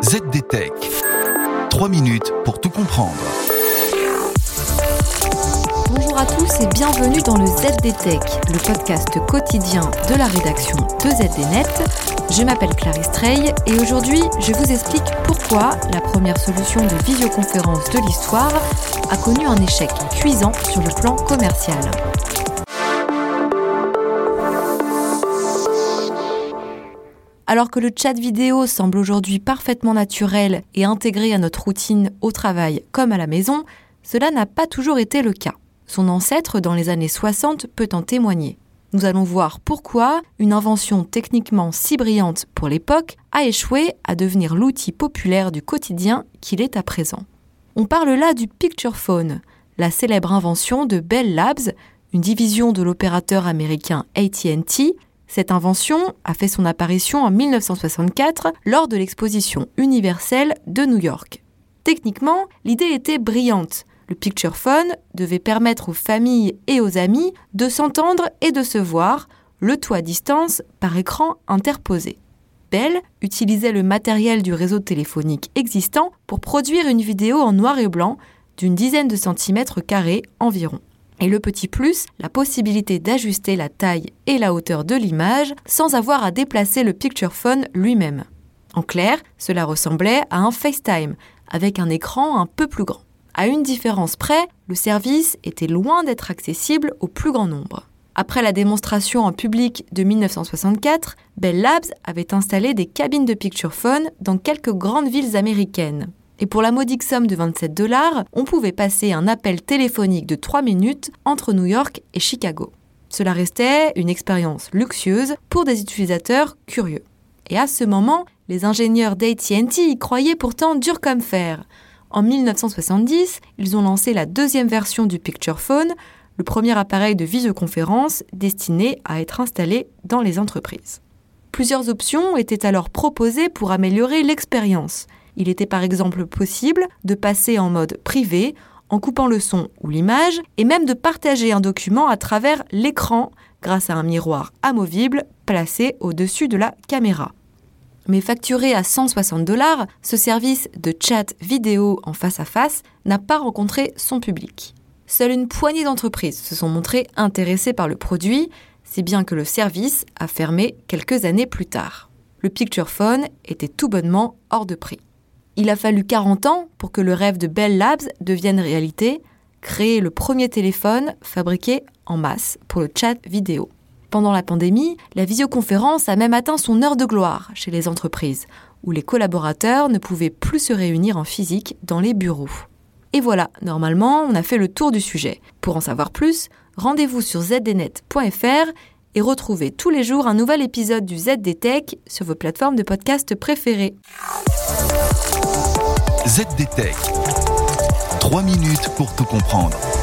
ZDTech. 3 minutes pour tout comprendre. Bonjour à tous et bienvenue dans le ZDTech, le podcast quotidien de la rédaction de ZDNet. Je m'appelle Clarisse Treille et aujourd'hui, je vous explique pourquoi la première solution de visioconférence de l'histoire a connu un échec cuisant sur le plan commercial. Alors que le chat vidéo semble aujourd'hui parfaitement naturel et intégré à notre routine au travail comme à la maison, cela n'a pas toujours été le cas. Son ancêtre dans les années 60 peut en témoigner. Nous allons voir pourquoi une invention techniquement si brillante pour l'époque a échoué à devenir l'outil populaire du quotidien qu'il est à présent. On parle là du Picture Phone, la célèbre invention de Bell Labs, une division de l'opérateur américain AT&T. Cette invention a fait son apparition en 1964 lors de l'exposition universelle de New York. Techniquement, l'idée était brillante. Le Picture Phone devait permettre aux familles et aux amis de s'entendre et de se voir, le tout à distance par écran interposé. Bell utilisait le matériel du réseau téléphonique existant pour produire une vidéo en noir et blanc d'une dizaine de centimètres carrés environ. Et le petit plus, la possibilité d'ajuster la taille et la hauteur de l'image sans avoir à déplacer le Picture Phone lui-même. En clair, cela ressemblait à un FaceTime, avec un écran un peu plus grand. À une différence près, le service était loin d'être accessible au plus grand nombre. Après la démonstration en public de 1964, Bell Labs avait installé des cabines de Picture Phone dans quelques grandes villes américaines. Et pour la modique somme de $27, on pouvait passer un appel téléphonique de 3 minutes entre New York et Chicago. Cela restait une expérience luxueuse pour des utilisateurs curieux. Et à ce moment, les ingénieurs d'AT&T y croyaient pourtant dur comme fer. En 1970, ils ont lancé la deuxième version du Picture Phone, le premier appareil de visioconférence destiné à être installé dans les entreprises. Plusieurs options étaient alors proposées pour améliorer l'expérience. Il était par exemple possible de passer en mode privé, en coupant le son ou l'image, et même de partager un document à travers l'écran grâce à un miroir amovible placé au-dessus de la caméra. Mais facturé à $160, ce service de chat vidéo en face-à-face n'a pas rencontré son public. Seule une poignée d'entreprises se sont montrées intéressées par le produit, si bien que le service a fermé quelques années plus tard. Le Picture Phone était tout bonnement hors de prix. Il a fallu 40 ans pour que le rêve de Bell Labs devienne réalité, créer le premier téléphone fabriqué en masse pour le chat vidéo. Pendant la pandémie, la visioconférence a même atteint son heure de gloire chez les entreprises, où les collaborateurs ne pouvaient plus se réunir en physique dans les bureaux. Et voilà, normalement, on a fait le tour du sujet. Pour en savoir plus, rendez-vous sur zdnet.fr et retrouvez tous les jours un nouvel épisode du ZDTech sur vos plateformes de podcast préférées. ZDTech. 3 minutes pour tout comprendre.